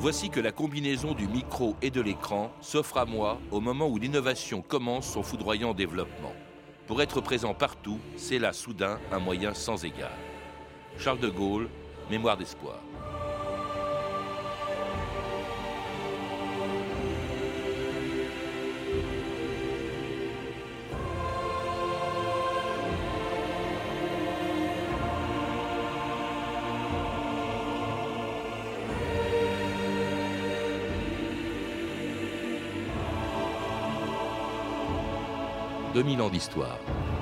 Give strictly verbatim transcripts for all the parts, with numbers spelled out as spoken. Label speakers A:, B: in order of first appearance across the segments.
A: Voici que la combinaison du micro et de l'écran s'offre à moi au moment où l'innovation commence son foudroyant développement. Pour être présent partout, c'est là soudain un moyen sans égal. Charles de Gaulle, Mémoire d'espoir. deux mille ans d'histoire.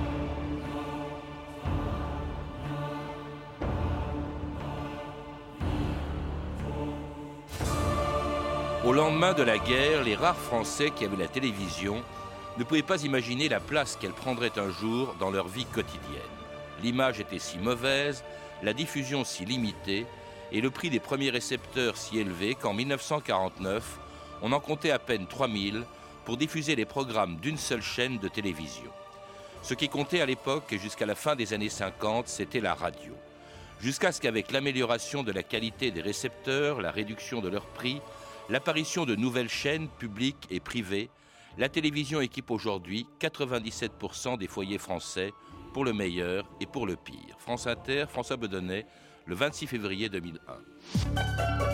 A: Au lendemain de la guerre, les rares Français qui avaient la télévision ne pouvaient pas imaginer la place qu'elle prendrait un jour dans leur vie quotidienne. L'image était si mauvaise, la diffusion si limitée et le prix des premiers récepteurs si élevé qu'en mille neuf cent quarante-neuf, on en comptait à peine trois mille pour diffuser les programmes d'une seule chaîne de télévision. Ce qui comptait à l'époque et jusqu'à la fin des années cinquante, c'était la radio. Jusqu'à ce qu'avec l'amélioration de la qualité des récepteurs, la réduction de leur prix, l'apparition de nouvelles chaînes publiques et privées, la télévision équipe aujourd'hui quatre-vingt-dix-sept pour cent des foyers français, pour le meilleur et pour le pire. France Inter, François Bedonnet, le vingt-six février deux mille un.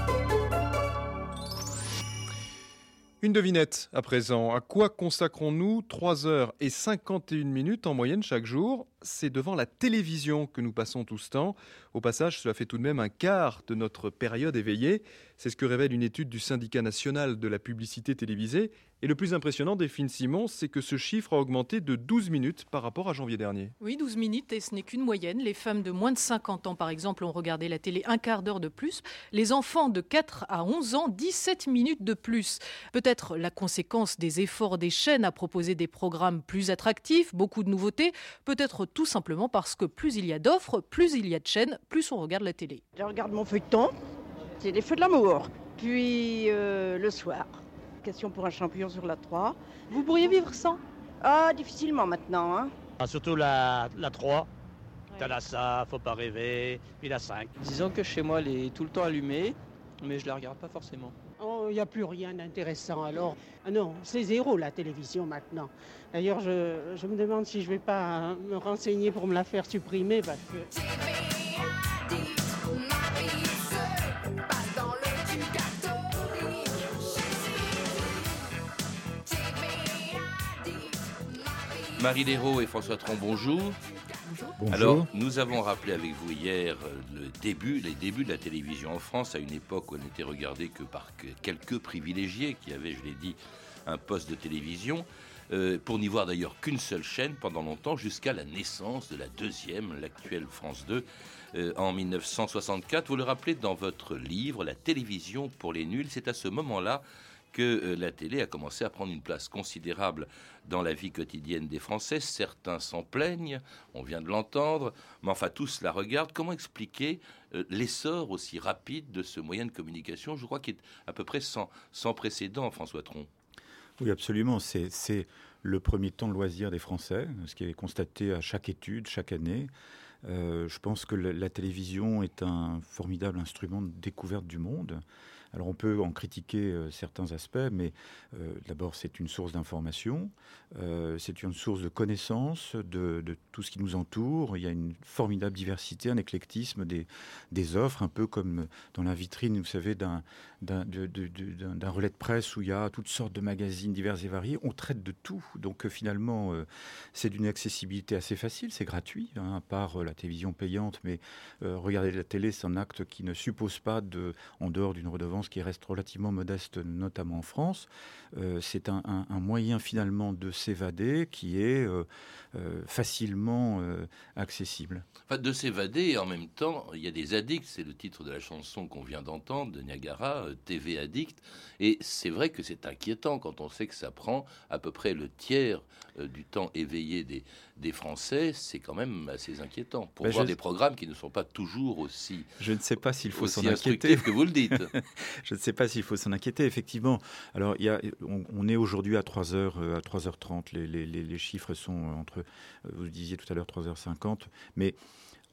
B: Une devinette à présent. À quoi consacrons-nous trois heures et cinquante et une minutes en moyenne chaque jour ? C'est devant la télévision que nous passons tout ce temps. Au passage, cela fait tout de même un quart de notre période éveillée. C'est ce que révèle une étude du Syndicat national de la publicité télévisée. Et le plus impressionnant, Delphine Simon, c'est que ce chiffre a augmenté de douze minutes par rapport à janvier dernier.
C: Oui, douze minutes, et ce n'est qu'une moyenne. Les femmes de moins de cinquante ans, par exemple, ont regardé la télé un quart d'heure de plus. Les enfants de quatre à onze ans, dix-sept minutes de plus. Peut-être la conséquence des efforts des chaînes à proposer des programmes plus attractifs, beaucoup de nouveautés. Peut-être tout simplement parce que plus il y a d'offres, plus il y a de chaînes, plus on regarde la télé.
D: Je regarde mon feuilleton, c'est les Feux de l'amour. Puis euh, le soir, question pour un champion sur la trois.
E: Vous pourriez vivre sans ?
D: Ah, difficilement maintenant. Hein.
F: Ah, surtout la, la trois. Ouais. T'as la ça, faut pas rêver, puis la cinq.
G: Disons que chez moi, elle est tout le temps allumée, mais je la regarde pas forcément.
E: Il n'y a plus rien d'intéressant alors. Ah non, c'est zéro la télévision maintenant. D'ailleurs, je, je me demande si je ne vais pas me renseigner pour me la faire supprimer parce que...
A: Marie Léraud et François Tron, bonjour.
H: Bonjour.
A: Alors, nous avons rappelé avec vous hier le début, les débuts de la télévision en France, à une époque où elle n'était regardée que par quelques privilégiés qui avaient, je l'ai dit, un poste de télévision, euh, pour n'y voir d'ailleurs qu'une seule chaîne pendant longtemps, jusqu'à la naissance de la deuxième, l'actuelle France deux, euh, en mille neuf cent soixante-quatre. Vous le rappelez dans votre livre, La télévision pour les nuls. C'est à ce moment-là que euh, la télé a commencé à prendre une place considérable dans la vie quotidienne des Français. Certains s'en plaignent, on vient de l'entendre, mais enfin tous la regardent. Comment expliquer euh, l'essor aussi rapide de ce moyen de communication, je crois qu'il est à peu près sans, sans précédent, François Tron?
H: Oui, absolument. C'est, c'est le premier temps de loisir des Français, ce qui est constaté à chaque étude, chaque année. Euh, je pense que la, la télévision est un formidable instrument de découverte du monde. Alors on peut en critiquer euh, certains aspects, mais euh, d'abord c'est une source d'information, euh, c'est une source de connaissance de, de tout ce qui nous entoure. Il y a une formidable diversité, un éclectisme des, des offres, un peu comme dans la vitrine, vous savez, d'un, d'un, de, de, de, d'un, d'un relais de presse où il y a toutes sortes de magazines divers et variés. On traite de tout, donc euh, finalement euh, c'est d'une accessibilité assez facile, c'est gratuit, hein, à part euh, la télévision payante, mais euh, regarder la télé, c'est un acte qui ne suppose pas, de, en dehors d'une redevance qui reste relativement modeste, notamment en France. Euh, c'est un, un, un moyen finalement de s'évader qui est euh, euh, facilement euh, accessible.
A: Enfin, de s'évader, et en même temps, il y a des addicts, c'est le titre de la chanson qu'on vient d'entendre, de Niagara, euh, T V Addict, et c'est vrai que c'est inquiétant quand on sait que ça prend à peu près le tiers euh, du temps éveillé des, des Français, c'est quand même assez inquiétant, pour ben voir je... des programmes qui ne sont pas toujours aussi...
H: Je ne sais pas s'il faut
A: s'en
H: inquiéter.
A: que vous le dites.
H: Je ne sais pas s'il faut s'en inquiéter, effectivement. Alors, il y a, on, on est aujourd'hui à trois heures, à trois heures trente. Les, les, les chiffres sont entre, vous le disiez tout à l'heure, trois heures cinquante. Mais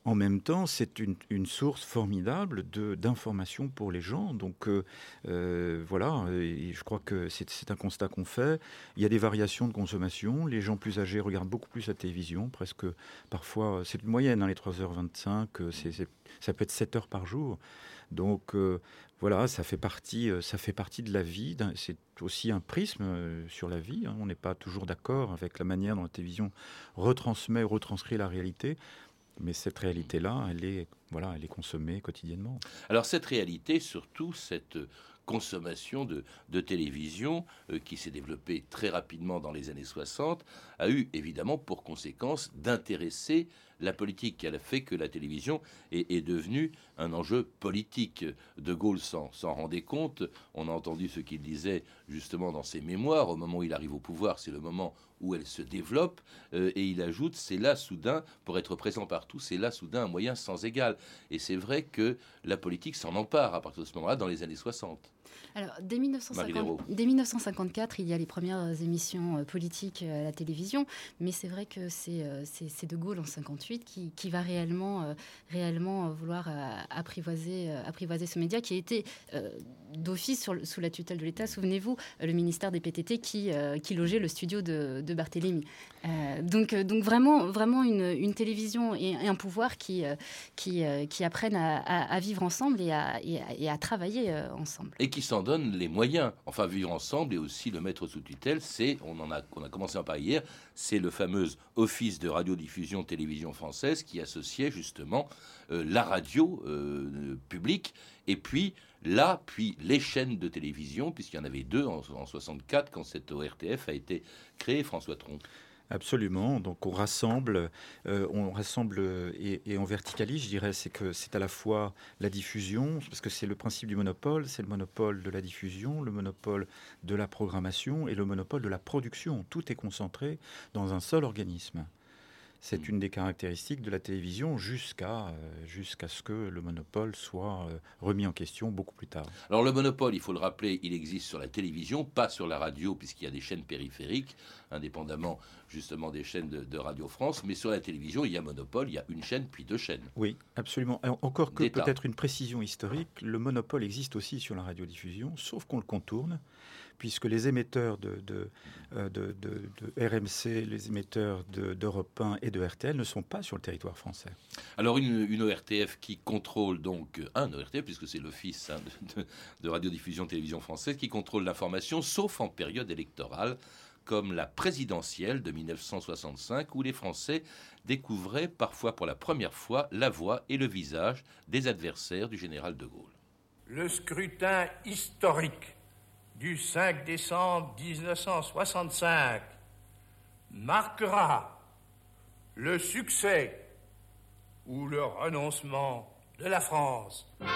H: En même temps, c'est une, une source formidable de, d'informations pour les gens. Donc euh, euh, voilà, et je crois que c'est, c'est un constat qu'on fait. Il y a des variations de consommation. Les gens plus âgés regardent beaucoup plus la télévision, presque parfois, c'est une moyenne, hein, les trois heures vingt-cinq, c'est, c'est, ça peut être sept heures par jour. Donc euh, voilà, ça fait partie, ça fait partie de la vie. C'est aussi un prisme sur la vie. Hein. On n'est pas toujours d'accord avec la manière dont la télévision retransmet, retranscrit la réalité. Mais cette réalité-là, elle est, voilà, elle est consommée quotidiennement.
A: Alors cette réalité, surtout cette consommation de, de télévision euh, qui s'est développée très rapidement dans les années soixante, a eu évidemment pour conséquence d'intéresser la politique. Elle a fait que la télévision est, est devenue un enjeu politique. De Gaulle s'en, s'en rendait compte. On a entendu ce qu'il disait justement dans ses mémoires. Au moment où il arrive au pouvoir, c'est le moment où elle se développe. Euh, et il ajoute, c'est là soudain, pour être présent partout, c'est là soudain un moyen sans égal. Et c'est vrai que la politique s'en empare à partir de ce moment-là dans les années soixante.
I: Alors, dès, mille neuf cent cinquante, dès mille neuf cent cinquante-quatre, il y a les premières émissions euh, politiques à la télévision, mais c'est vrai que c'est, euh, c'est, c'est De Gaulle en cinquante-huit qui, qui va réellement, euh, réellement vouloir euh, apprivoiser, euh, apprivoiser ce média qui a été euh, d'office sur, sous la tutelle de l'État. Souvenez-vous, le ministère des P T T qui, euh, qui logeait le studio de, de Barthélemy. Euh, donc, donc vraiment, vraiment une, une télévision et, et un pouvoir qui, euh, qui, euh, qui apprennent à, à, à vivre ensemble et à, et à, et à travailler euh, ensemble.
A: Et qui s'en donne les moyens. Enfin, vivre ensemble et aussi le mettre sous tutelle, c'est, on en a, on a commencé à en parler hier, c'est le fameux Office de radiodiffusion télévision française qui associait justement euh, la radio euh, publique et puis là, puis les chaînes de télévision, puisqu'il y en avait deux en, en soixante-quatre quand cette O R T F a été créée, François Tron.
H: Absolument. Donc on rassemble, euh, on rassemble et, et on verticalise. Je dirais, c'est que c'est à la fois la diffusion, parce que c'est le principe du monopole, c'est le monopole de la diffusion, le monopole de la programmation et le monopole de la production. Tout est concentré dans un seul organisme. C'est une des caractéristiques de la télévision jusqu'à, euh, jusqu'à ce que le monopole soit euh, remis en question beaucoup plus tard.
A: Alors le monopole, il faut le rappeler, il existe sur la télévision, pas sur la radio, puisqu'il y a des chaînes périphériques, indépendamment justement des chaînes de, de Radio France, mais sur la télévision, il y a monopole, il y a une chaîne puis deux chaînes.
H: Oui, absolument. Alors, encore que d'État. Peut-être une précision historique, le monopole existe aussi sur la radiodiffusion, sauf qu'on le contourne, puisque les émetteurs de, de, de, de, de R M C, les émetteurs de, d'Europe un et de R T L ne sont pas sur le territoire français.
A: Alors une, une O R T F qui contrôle donc, un O R T F, puisque c'est l'Office hein, de, de, de radiodiffusion télévision française, qui contrôle l'information, sauf en période électorale, comme la présidentielle de mille neuf cent soixante-cinq, où les Français découvraient parfois pour la première fois la voix et le visage des adversaires du général de Gaulle.
J: Le scrutin historique du cinq décembre dix-neuf cent soixante-cinq marquera le succès ou le renoncement de la France.
K: Dans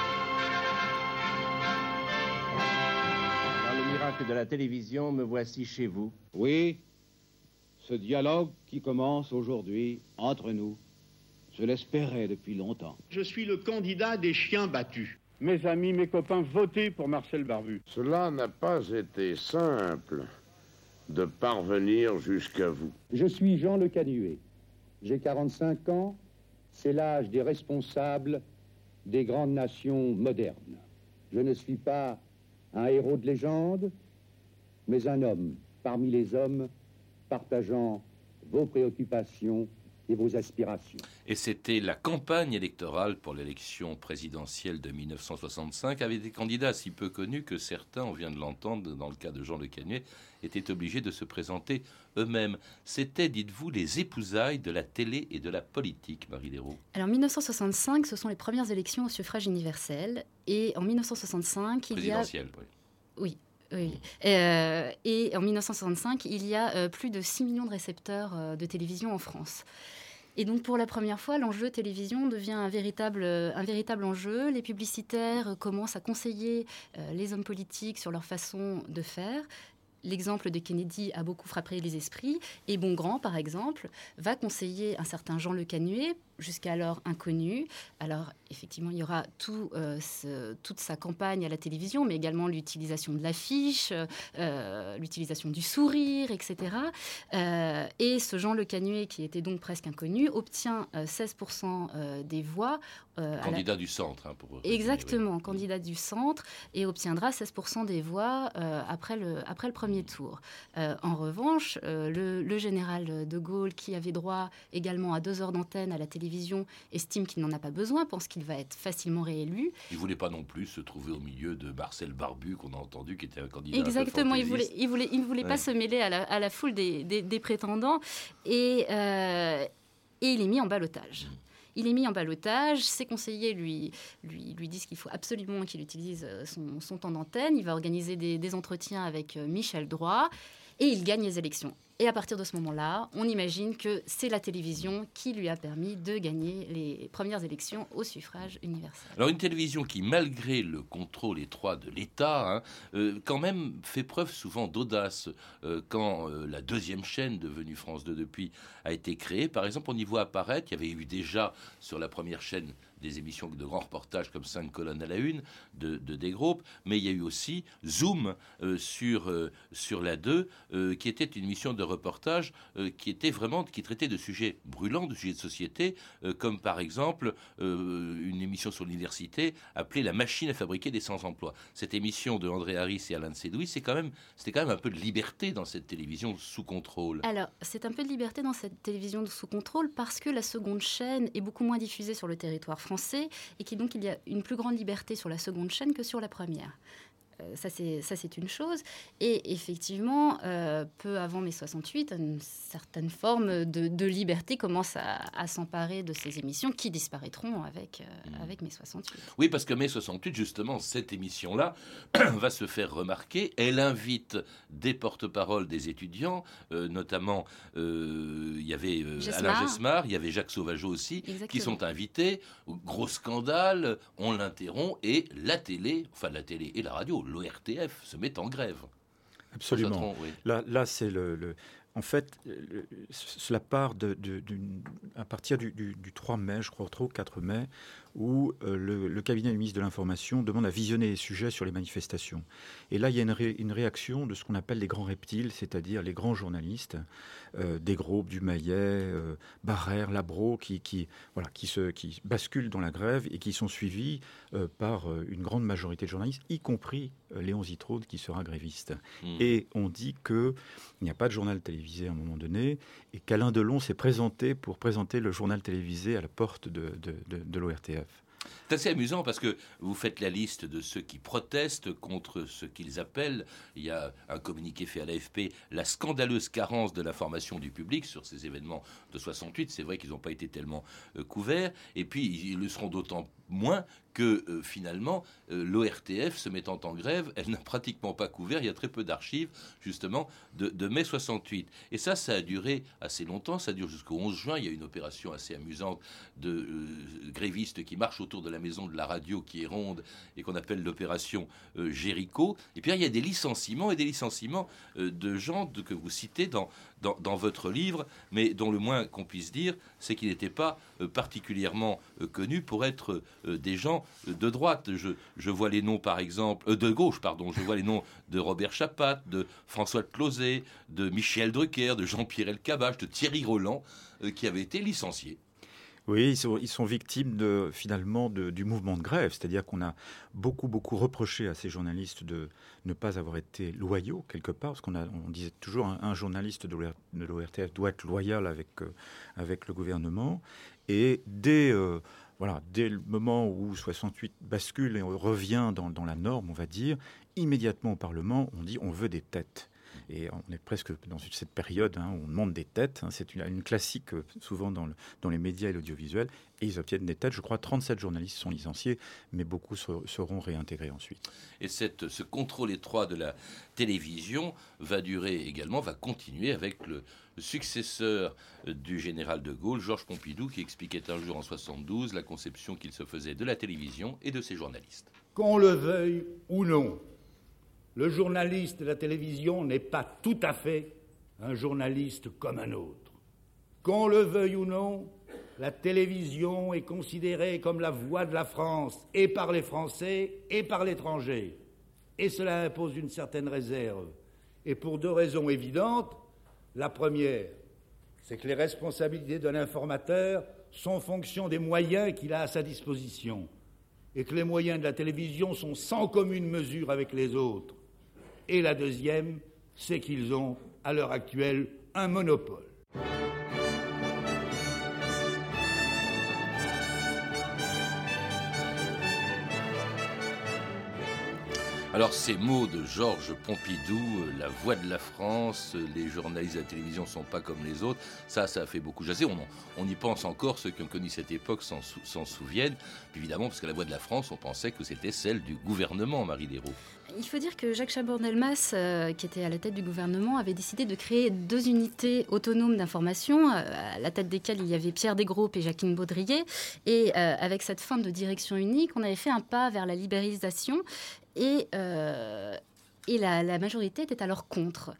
K: le miracle de la télévision, me voici chez vous.
L: Oui, ce dialogue qui commence aujourd'hui entre nous, je l'espérais depuis longtemps.
M: Je suis le candidat des chiens battus.
N: Mes amis, mes copains, votez pour Marcel Barbu.
O: Cela n'a pas été simple de parvenir jusqu'à vous.
P: Je suis Jean Le Canuet. J'ai quarante-cinq ans. C'est l'âge des responsables des grandes nations modernes. Je ne suis pas un héros de légende, mais un homme parmi les hommes partageant vos préoccupations et vos aspirations.
A: Et c'était la campagne électorale pour l'élection présidentielle de mille neuf cent soixante-cinq avec des candidats si peu connus que certains, on vient de l'entendre dans le cas de Jean Le Canuet, étaient obligés de se présenter eux-mêmes. C'était, dites-vous, les épousailles de la télé et de la politique, Marie Léraud.
I: Alors mille neuf cent soixante-cinq, ce sont les premières élections au suffrage universel. Et en mille neuf cent soixante-cinq, il y a...
A: Présidentielle, oui.
I: Oui. Oui. Euh, et en mille neuf cent soixante-cinq, il y a euh, plus de six millions de récepteurs euh, de télévision en France. Et donc, pour la première fois, l'enjeu télévision devient un véritable, un véritable enjeu. Les publicitaires commencent à conseiller euh, les hommes politiques sur leur façon de faire. L'exemple de Kennedy a beaucoup frappé les esprits. Et Bongrand, par exemple, va conseiller un certain Jean Le Canuet jusqu'alors inconnue. Alors, effectivement, il y aura tout, euh, ce, toute sa campagne à la télévision, mais également l'utilisation de l'affiche, euh, l'utilisation du sourire, et cetera. Euh, et ce Jean Le Canuet, qui était donc presque inconnu, obtient euh, seize pour cent euh, des voix.
A: Euh, candidat la... du centre. Hein, pour
I: Exactement, oui. Candidat du centre, et obtiendra seize pour cent des voix euh, après, le, après le premier tour. Euh, en revanche, euh, le, le général de Gaulle, qui avait droit également à deux heures d'antenne à la télévision, estime qu'il n'en a pas besoin, pense qu'il va être facilement réélu.
A: Il ne voulait pas non plus se trouver au milieu de Marcel Barbu, qu'on a entendu, qui était un candidat.
I: Exactement, il ne voulait, il voulait, il voulait ouais. pas se mêler à la, à la foule des, des, des prétendants, et, euh, et il est mis en ballottage. Mmh. Il est mis en ballottage, ses conseillers lui, lui, lui disent qu'il faut absolument qu'il utilise son, son temps d'antenne. Il va organiser des, des entretiens avec Michel Droit et il gagne les élections. Et à partir de ce moment-là, on imagine que c'est la télévision qui lui a permis de gagner les premières élections au suffrage universel.
A: Alors une télévision qui, malgré le contrôle étroit de l'État, hein, euh, quand même fait preuve souvent d'audace. Euh, quand euh, la deuxième chaîne, devenue France deux depuis, a été créée, par exemple, on y voit apparaître, il y avait eu déjà sur la première chaîne des émissions de grands reportages comme cinq colonnes à la une de, de Desgroupes, mais il y a eu aussi Zoom euh, sur, euh, sur la deux, euh, qui était une émission de reportage euh, qui était vraiment, qui traitait de sujets brûlants, de sujets de société, euh, comme par exemple euh, une émission sur l'université appelée La machine à fabriquer des sans-emploi. Cette émission de André Harris et Alain de Sédouis, c'est quand même, c'était quand même un peu de liberté dans cette télévision sous contrôle.
I: Alors, c'est un peu de liberté dans cette télévision sous contrôle parce que la seconde chaîne est beaucoup moins diffusée sur le territoire français et qui donc il y a une plus grande liberté sur la seconde chaîne que sur la première. Euh, ça, c'est, ça, c'est une chose. Et effectivement, euh, peu avant mai soixante-huit, une certaine forme de, de liberté commence à, à s'emparer de ces émissions qui disparaîtront avec, euh, mmh. avec mai soixante-huit.
A: Oui, parce que mai soixante-huit, justement, cette émission-là va se faire remarquer. Elle invite des porte-paroles des étudiants, euh, notamment, euh, il y avait euh, Alain Gesmar, il y avait Jacques Sauvageau aussi, Exactement. Qui sont invités. Gros scandale, on l'interrompt et la télé, enfin la télé et la radio, l'O R T F se met en grève.
H: Absolument. Oui. Là, là, c'est le, le... En fait, le, cela part de, de, d'une, à partir du, du, du trois mai, je crois, trois ou quatre mai, où euh, le, le cabinet du ministre de l'Information demande à visionner les sujets sur les manifestations. Et là, il y a une, ré, une réaction de ce qu'on appelle les grands reptiles, c'est-à-dire les grands journalistes, euh, Desgroupes, Dumayet, euh, Barrère, Labro, qui, qui, voilà, qui, se, qui basculent dans la grève et qui sont suivis euh, par euh, une grande majorité de journalistes, y compris euh, Léon Zitrone, qui sera gréviste. Mmh. Et on dit qu'il n'y a pas de journal télévisé à un moment donné, et qu'Alain Delon s'est présenté pour présenter le journal télévisé à la porte de, de, de, de l'O R T F.
A: C'est assez amusant parce que vous faites la liste de ceux qui protestent contre ce qu'ils appellent, il y a un communiqué fait à l'A F P, la scandaleuse carence de l'information du public sur ces événements de soixante-huit. C'est vrai qu'ils n'ont pas été tellement euh, couverts, et puis ils le seront d'autant moins que euh, finalement euh, l'O R T F se mettant en grève, elle n'a pratiquement pas couvert, il y a très peu d'archives justement de, de mai soixante-huit. Et ça, ça a duré assez longtemps, ça dure jusqu'au onze juin, il y a une opération assez amusante de euh, grévistes qui marchent autour de la maison de la radio qui est ronde et qu'on appelle l'opération euh, Jéricho. Et puis il y a des licenciements et des licenciements euh, de gens de, que vous citez dans, dans, dans votre livre, mais dont le moins qu'on puisse dire, c'est qu'ils n'étaient pas euh, particulièrement euh, connus pour être euh, des gens de droite. Je, je vois les noms, par exemple, euh, de gauche, pardon, je vois les noms de Robert Chapat, de François de Closet, de Michel Drucker, de Jean-Pierre Elkabbach, de Thierry Roland, euh, qui avaient été licenciés.
H: Oui, ils sont, ils sont victimes de, finalement de, du mouvement de grève, c'est-à-dire qu'on a beaucoup, beaucoup reproché à ces journalistes de ne pas avoir été loyaux quelque part, parce qu'on a, on disait toujours un, un journaliste de l'O R T F doit être loyal avec, euh, avec le gouvernement, et dès... Euh, Voilà, dès le moment où soixante-huit bascule et on revient dans, dans la norme, on va dire, immédiatement au Parlement, on dit on veut des têtes. Et on est presque dans cette période hein, où on demande des têtes. Hein, c'est une, une classique souvent dans, le, dans les médias et l'audiovisuel. Et ils obtiennent des têtes. Je crois trente-sept journalistes sont licenciés, mais beaucoup ser, seront réintégrés ensuite.
A: Et cette, ce contrôle étroit de la télévision va durer également, va continuer avec le, le successeur du général de Gaulle, Georges Pompidou, qui expliquait un jour en soixante-douze la conception qu'il se faisait de la télévision et de ses journalistes.
M: Qu'on le veuille ou non, le journaliste de la télévision n'est pas tout à fait un journaliste comme un autre. Qu'on le veuille ou non, la télévision est considérée comme la voix de la France, et par les Français, et par l'étranger. Et cela impose une certaine réserve. Et pour deux raisons évidentes. La première, c'est que les responsabilités de l'informateur sont fonction des moyens qu'il a à sa disposition, et que les moyens de la télévision sont sans commune mesure avec les autres. Et la deuxième, c'est qu'ils ont, à l'heure actuelle, un monopole.
A: Alors ces mots de Georges Pompidou, euh, la voix de la France, euh, les journalistes de la télévision ne sont pas comme les autres, ça, ça a fait beaucoup jaser. On, on y pense encore, ceux qui ont connu cette époque s'en, sou, s'en souviennent. Puis évidemment, parce que la voix de la France, on pensait que c'était celle du gouvernement, Marie Léraud.
I: Il faut dire que Jacques Chaban-Delmas, euh, qui était à la tête du gouvernement, avait décidé de créer deux unités autonomes d'information, euh, à la tête desquelles il y avait Pierre Desgroupes et Jacqueline Baudrier. Et euh, avec cette forme de direction unique, on avait fait un pas vers la libéralisation. Et, euh, et la, la majorité était alors contre.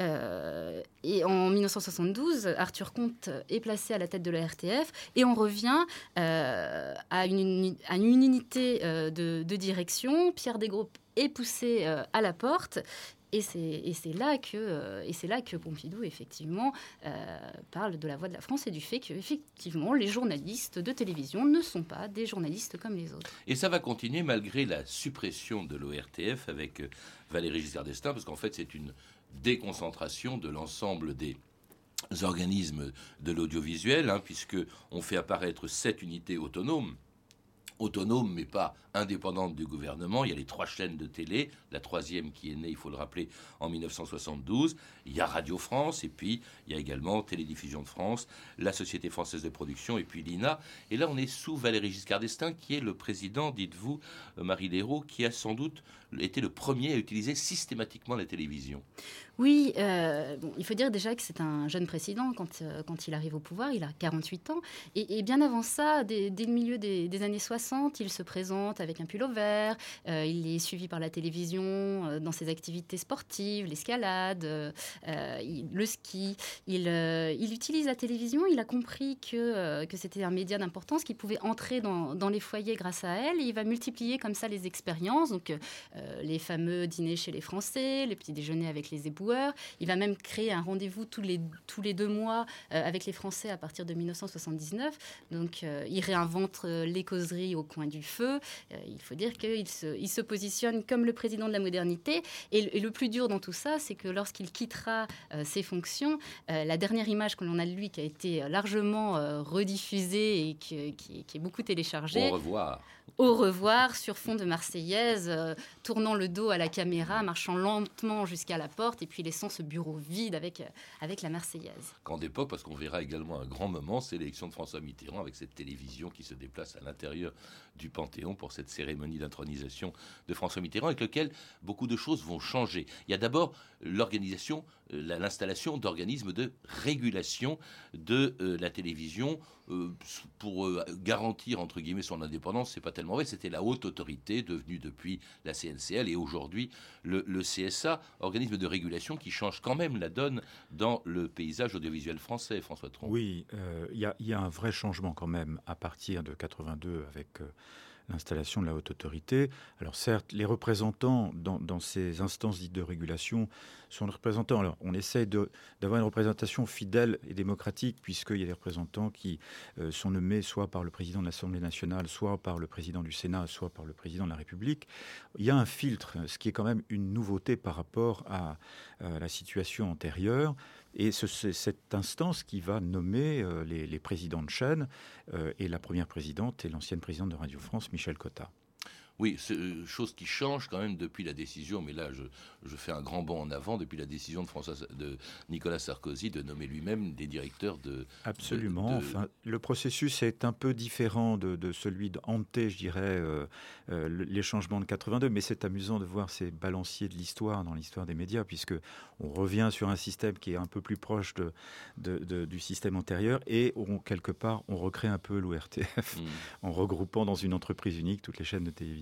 I: Euh, et en dix-neuf cent soixante-douze, Arthur Comte est placé à la tête de la R T F et on revient euh, à, une, à une unité euh, de, de direction. Pierre Desgroupes est poussé euh, à la porte. Et c'est, et, c'est là que, euh, et c'est là que Pompidou, effectivement, euh, parle de la voix de la France et du fait qu'effectivement, les journalistes de télévision ne sont pas des journalistes comme les autres.
A: Et ça va continuer malgré la suppression de l'O R T F avec euh, Valéry Giscard d'Estaing, parce qu'en fait, c'est une déconcentration de l'ensemble des organismes de l'audiovisuel, hein, puisqu'on fait apparaître sept unités autonomes, autonome mais pas indépendante du gouvernement. Il y a les trois chaînes de télé, la troisième qui est née, il faut le rappeler, en dix-neuf cent soixante-douze. Il y a Radio France, et puis il y a également Télédiffusion de France, la Société française de production, et puis l'I N A. Et là, on est sous Valéry Giscard d'Estaing, qui est le président, dites-vous, Marie Léraud, qui a sans doute été le premier à utiliser systématiquement la télévision.
I: Oui, euh, bon, il faut dire déjà que c'est un jeune président quand, euh, quand il arrive au pouvoir, il a quarante-huit ans. Et, et bien avant ça, dès, dès le milieu des, des années soixante, il se présente avec un pull au vert, euh, il est suivi par la télévision euh, dans ses activités sportives, l'escalade, euh, il, le ski. Il, euh, il utilise la télévision, il a compris que, euh, que c'était un média d'importance, qu'il pouvait entrer dans, dans les foyers grâce à elle, et il va multiplier comme ça les expériences, donc euh, les fameux dîners chez les Français, les petits déjeuners avec les éboueurs. Il va même créer un rendez-vous tous les, tous les deux mois euh, avec les Français à partir de dix-neuf cent soixante-dix-neuf. Donc, euh, il réinvente euh, les causeries au coin du feu. Euh, il faut dire qu'il se, il se positionne comme le président de la modernité. Et, et le plus dur dans tout ça, c'est que lorsqu'il quittera euh, ses fonctions, euh, la dernière image que l'on a de lui, qui a été largement euh, rediffusée et qui, qui, qui est beaucoup téléchargée.
A: Au revoir.
I: Au revoir, sur fond de Marseillaise, euh, tournant le dos à la caméra, marchant lentement jusqu'à la porte et puis laissant ce bureau vide avec, euh, avec la Marseillaise.
A: Grande époque, parce qu'on verra également un grand moment, c'est l'élection de François Mitterrand avec cette télévision qui se déplace à l'intérieur du Panthéon pour cette cérémonie d'intronisation de François Mitterrand, avec lequel beaucoup de choses vont changer. Il y a d'abord l'organisation, euh, l'installation d'organismes de régulation de euh, la télévision euh, pour euh, garantir, entre guillemets, son indépendance. C'est pas tellement vrai, c'était la haute autorité devenue depuis la C N C L et aujourd'hui le, le C S A, organisme de régulation qui change quand même la donne dans le paysage audiovisuel français, François Tron.
H: Oui, il euh, y, y a un vrai changement quand même à partir de quatre-vingt-deux avec euh, l'installation de la haute autorité. Alors certes, les représentants dans, dans ces instances dites de régulation sont les représentants. Alors on essaie de, d'avoir une représentation fidèle et démocratique puisqu'il y a des représentants qui euh, sont nommés soit par le président de l'Assemblée nationale, soit par le président du Sénat, soit par le président de la République. Il y a un filtre, ce qui est quand même une nouveauté par rapport à, à la situation antérieure. Et ce, c'est cette instance qui va nommer euh, les, les présidents de chaîne. Euh, et la première présidente est l'ancienne présidente de Radio France, Michel Cotta.
A: Oui, c'est une chose qui change quand même depuis la décision, mais là je, je fais un grand bond en avant, depuis la décision de, François, de Nicolas Sarkozy de nommer lui-même des directeurs de...
H: Absolument,
A: de, de...
H: Enfin, le processus est un peu différent de, de celui de hanté, je dirais, euh, euh, les changements de quatre-vingt-deux, mais c'est amusant de voir ces balanciers de l'histoire dans l'histoire des médias, puisque on revient sur un système qui est un peu plus proche de, de, de, du système antérieur, et on, quelque part on recrée un peu l'O R T F, mmh. en regroupant dans une entreprise unique toutes les chaînes de télévision.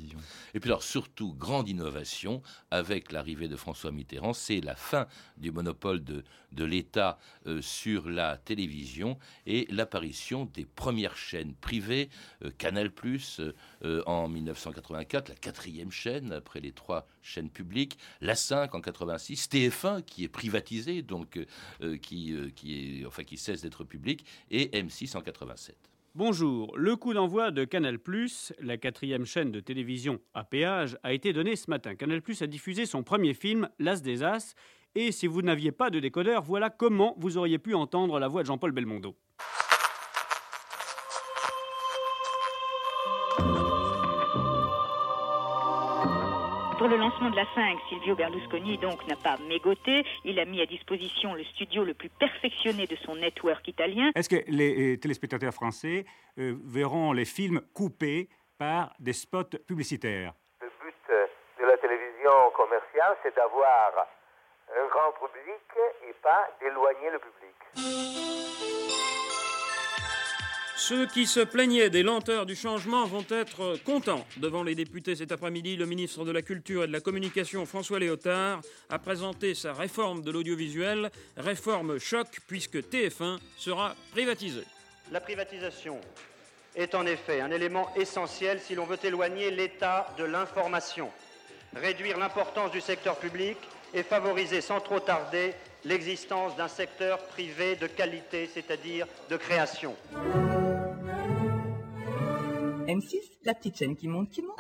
H: télévision.
A: Et puis alors surtout, grande innovation avec l'arrivée de François Mitterrand, c'est la fin du monopole de, de l'État euh, sur la télévision et l'apparition des premières chaînes privées, euh, Canal+, euh, en mille neuf cent quatre-vingt-quatre, la quatrième chaîne après les trois chaînes publiques, la cinq en quatre-vingt-six, T F un qui est privatisé, donc euh, qui, euh, qui, est, enfin, qui cesse d'être public, et M six en quatre-vingt-sept.
Q: Bonjour, le coup d'envoi de Canal+, la quatrième chaîne de télévision à péage, a été donné ce matin. Canal+, a diffusé son premier film, L'As des As, et si vous n'aviez pas de décodeur, voilà comment vous auriez pu entendre la voix de Jean-Paul Belmondo.
R: Pour le lancement de la cinq, Silvio Berlusconi donc n'a pas mégoté. Il a mis à disposition le studio le plus perfectionné de son network italien.
Q: Est-ce que les téléspectateurs français euh, verront les films coupés par des spots publicitaires?
S: Le but de la télévision commerciale, c'est d'avoir un grand public et pas d'éloigner le public.
Q: Ceux qui se plaignaient des lenteurs du changement vont être contents. Devant les députés cet après-midi, le ministre de la Culture et de la Communication, François Léotard, a présenté sa réforme de l'audiovisuel, réforme choc puisque T F un sera privatisé.
T: La privatisation est en effet un élément essentiel si l'on veut éloigner l'État de l'information, réduire l'importance du secteur public et favoriser sans trop tarder l'existence d'un secteur privé de qualité, c'est-à-dire de création.
U: M six, la petite chaîne qui monte, qui monte.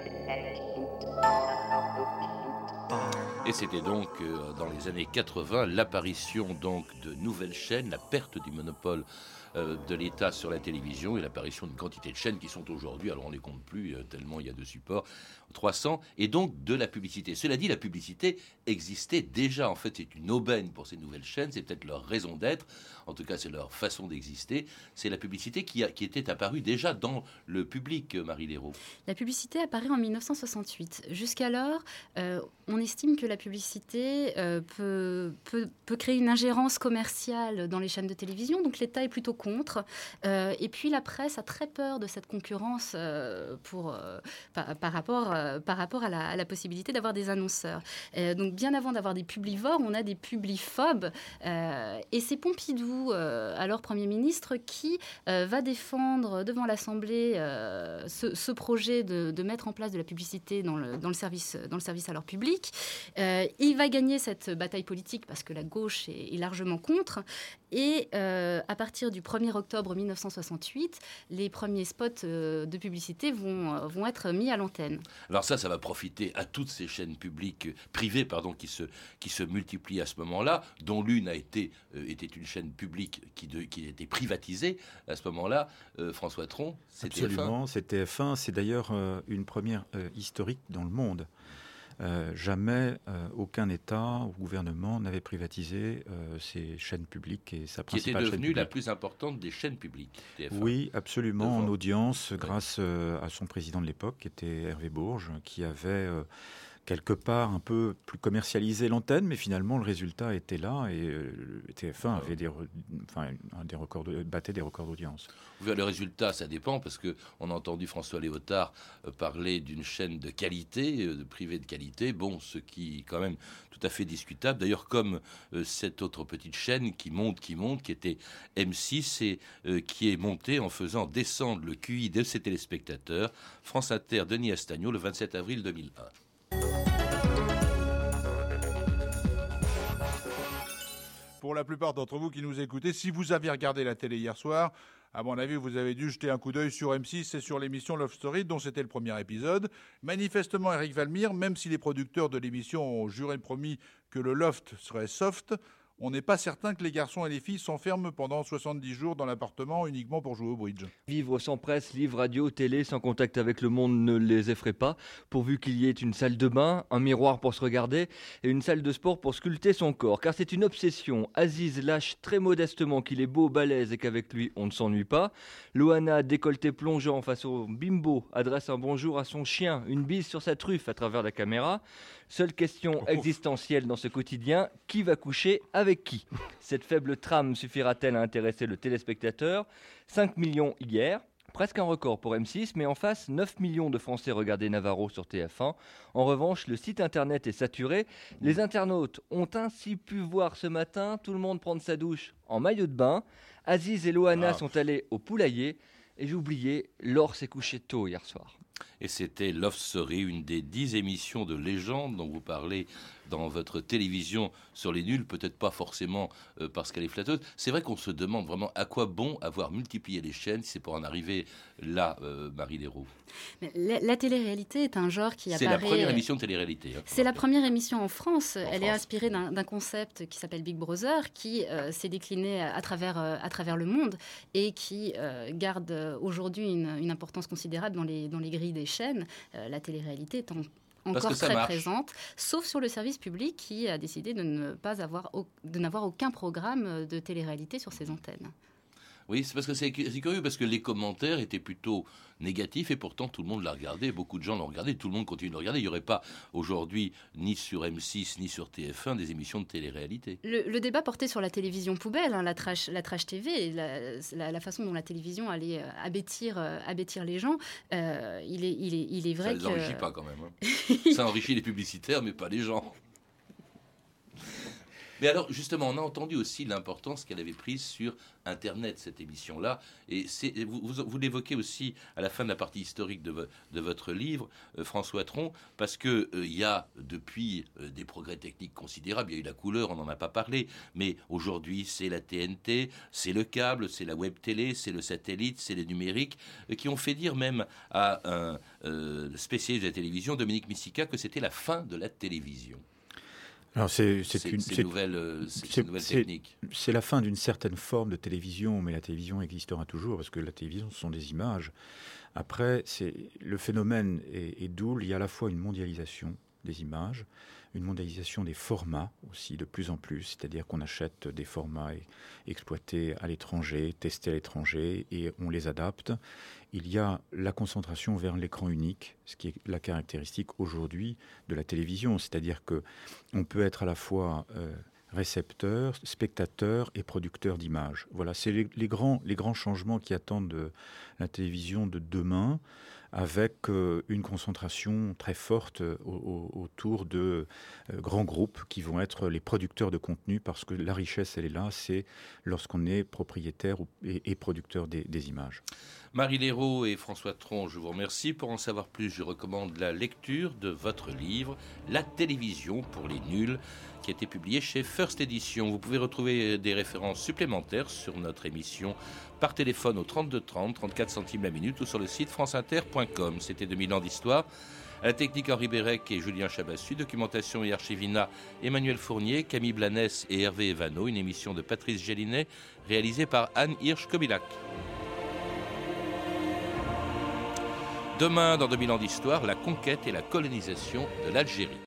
A: Et c'était donc euh, dans les années quatre-vingts l'apparition donc de nouvelles chaînes, la perte du monopole euh, de l'État sur la télévision et l'apparition d'une quantité de chaînes qui sont aujourd'hui, alors on ne les compte plus euh, tellement il y a de supports, trois cents, et donc de la publicité. Cela dit, la publicité existait déjà. En fait, c'est une aubaine pour ces nouvelles chaînes, c'est peut-être leur raison d'être, en tout cas c'est leur façon d'exister. C'est la publicité qui, a, qui était apparue déjà dans le public, Marie Léraud.
I: La publicité apparaît en mille neuf cent soixante-huit. Jusqu'alors, euh, on estime que la publicité euh, peut, peut, peut créer une ingérence commerciale dans les chaînes de télévision, donc l'État est plutôt contre. Euh, et puis la presse a très peur de cette concurrence euh, pour, euh, par, par rapport, euh, par rapport à, la, à la possibilité d'avoir des annonceurs. Euh, donc bien avant d'avoir des publivores, on a des publiphobes. Euh, et c'est Pompidou, euh, alors Premier ministre, qui euh, va défendre devant l'Assemblée euh, ce, ce projet de, de mettre en place de la publicité dans le, dans le, service, dans le service à leur public. Euh, il va gagner cette bataille politique parce que la gauche est, est largement contre. Et euh, à partir du premier octobre mille neuf cent soixante-huit, les premiers spots euh, de publicité vont, euh, vont être mis à l'antenne.
A: Alors ça, ça va profiter à toutes ces chaînes publiques, euh, privées, pardon, qui se, qui se multiplient à ce moment-là, dont l'une a été, euh, était une chaîne publique qui, de, qui a été privatisée à ce moment-là. Euh, François Tron, c'est
H: Absolument, c'est T F un. C'est d'ailleurs euh, une première euh, historique dans le monde. Euh, jamais euh, aucun État ou gouvernement n'avait privatisé euh, ses chaînes publiques et sa principale chaîne publique.
A: Qui était devenue la plus importante des chaînes publiques, T F un.
H: Oui, absolument,
A: Devant.
H: en audience, ouais. grâce euh, à son président de l'époque, qui était Hervé Bourges, qui avait euh, quelque part un peu plus commercialisé l'antenne, mais finalement le résultat était là et euh, T F un avait des, re... enfin, des records de... battait des records d'audience.
A: Le résultat, ça dépend, parce qu'on a entendu François Léotard euh, parler d'une chaîne de qualité, euh, de privée de qualité, bon, ce qui est quand même tout à fait discutable. D'ailleurs, comme euh, cette autre petite chaîne qui monte, qui monte, qui était M six, et euh, qui est montée en faisant descendre le Q I de ses téléspectateurs. France Inter, Denis Astagnaud, le vingt-sept avril deux mille un.
V: Pour la plupart d'entre vous qui nous écoutez, si vous avez regardé la télé hier soir, à mon avis, vous avez dû jeter un coup d'œil sur M six et sur l'émission Love Story, dont c'était le premier épisode. Manifestement, Eric Valmire, même si les producteurs de l'émission ont juré promis que le loft serait soft, on n'est pas certain que les garçons et les filles s'enferment pendant soixante-dix jours dans l'appartement uniquement pour jouer au bridge.
W: Vivre sans presse, livre, radio, télé, sans contact avec le monde ne les effraie pas, pourvu qu'il y ait une salle de bain, un miroir pour se regarder et une salle de sport pour sculpter son corps. Car c'est une obsession. Aziz lâche très modestement qu'il est beau, balèze et qu'avec lui on ne s'ennuie pas. Loana, décolleté plongeant face au bimbo, adresse un bonjour à son chien, une bise sur sa truffe à travers la caméra. Seule question existentielle dans ce quotidien, qui va coucher avec qui? Cette faible trame suffira-t-elle à intéresser le téléspectateur? cinq millions hier. Presque un record pour M six, mais en face, neuf millions de Français regardaient Navarro sur T F un. En revanche, le site internet est saturé. Les internautes ont ainsi pu voir ce matin tout le monde prendre sa douche en maillot de bain. Aziz et Loana ah. sont allés au poulailler. Et j'ai oublié, Laure s'est couchée tôt hier soir.
A: Et c'était Love Story, une des dix émissions de légende dont vous parlez dans votre télévision sur les nuls, peut-être pas forcément euh, parce qu'elle est flatteuse. C'est vrai qu'on se demande vraiment à quoi bon avoir multiplié les chaînes si c'est pour en arriver là, euh, Marie Léraud.
I: La, la télé-réalité est un genre qui
A: c'est
I: apparaît...
A: C'est la première émission de télé-réalité. Hein,
I: c'est la première émission en France.
A: En
I: Elle
A: France.
I: est inspirée d'un, d'un concept qui s'appelle Big Brother, qui euh, s'est décliné à travers, euh, à travers le monde et qui euh, garde aujourd'hui une, une importance considérable dans les, dans les grilles des chaînes. Euh, la télé-réalité est en encore très marche. présente, sauf sur le service public qui a décidé de ne pas avoir, de n'avoir aucun programme de télé-réalité sur ses antennes.
A: Oui, c'est parce que c'est, c'est curieux, parce que les commentaires étaient plutôt négatifs et pourtant tout le monde l'a regardé, beaucoup de gens l'ont regardé, tout le monde continue de le regarder. Il n'y aurait pas aujourd'hui, ni sur M six, ni sur T F un, des émissions de télé-réalité.
I: Le, le débat portait sur la télévision poubelle, hein, la, trash, la trash T V, la, la, la façon dont la télévision allait abêtir, abêtir les gens. Euh, il, est, il, est, il est vrai
A: Ça
I: que...
A: Ça ne les enrichit pas quand même. Hein. Ça enrichit les publicitaires, mais pas les gens. Mais alors, justement, on a entendu aussi l'importance qu'elle avait prise sur Internet, cette émission-là. Et c'est, vous, vous, vous l'évoquez aussi à la fin de la partie historique de, vo, de votre livre, euh, François Tron, parce qu'il euh, y a depuis euh, des progrès techniques considérables. Il y a eu la couleur, on n'en a pas parlé. Mais aujourd'hui, c'est la T N T, c'est le câble, c'est la web télé, c'est le satellite, c'est le numérique, euh, qui ont fait dire même à un euh, spécialiste de la télévision, Dominique Missica, que c'était la fin de la télévision.
H: Alors c'est, c'est,
A: c'est
H: une
A: c'est
H: c'est,
A: nouvelle, euh, c'est,
H: c'est,
A: nouvelle
H: c'est,
A: technique.
H: C'est la fin d'une certaine forme de télévision, mais la télévision existera toujours parce que la télévision, ce sont des images. Après, c'est, le phénomène est, est double. Il y a à la fois une mondialisation des images, une mondialisation des formats aussi de plus en plus, c'est-à-dire qu'on achète des formats exploités à l'étranger, testés à l'étranger et on les adapte. Il y a la concentration vers l'écran unique, ce qui est la caractéristique aujourd'hui de la télévision, c'est-à-dire que on peut être à la fois euh, récepteur, spectateur et producteur d'images. Voilà, c'est les, les, grands, les grands changements qui attendent de la télévision de demain, avec euh, une concentration très forte euh, au, au, autour de euh, grands groupes qui vont être les producteurs de contenu, parce que la richesse, elle est là, c'est lorsqu'on est propriétaire et, et producteur des, des images.
A: Marie Léraud et François Tron, je vous remercie. Pour en savoir plus, je recommande la lecture de votre livre « La télévision pour les nuls », qui a été publié chez First Edition. Vous pouvez retrouver des références supplémentaires sur notre émission par téléphone au trente-deux trente, trente-quatre centimes la minute ou sur le site franceinter point com. C'était deux mille ans d'histoire. À la technique, Henri Bérec et Julien Chabassu. Documentation et archivina, Emmanuel Fournier, Camille Blanès et Hervé Evano. Une émission de Patrice Gélinet réalisée par Anne Hirsch-Kobilac. Demain, dans deux mille ans d'histoire, la conquête et la colonisation de l'Algérie.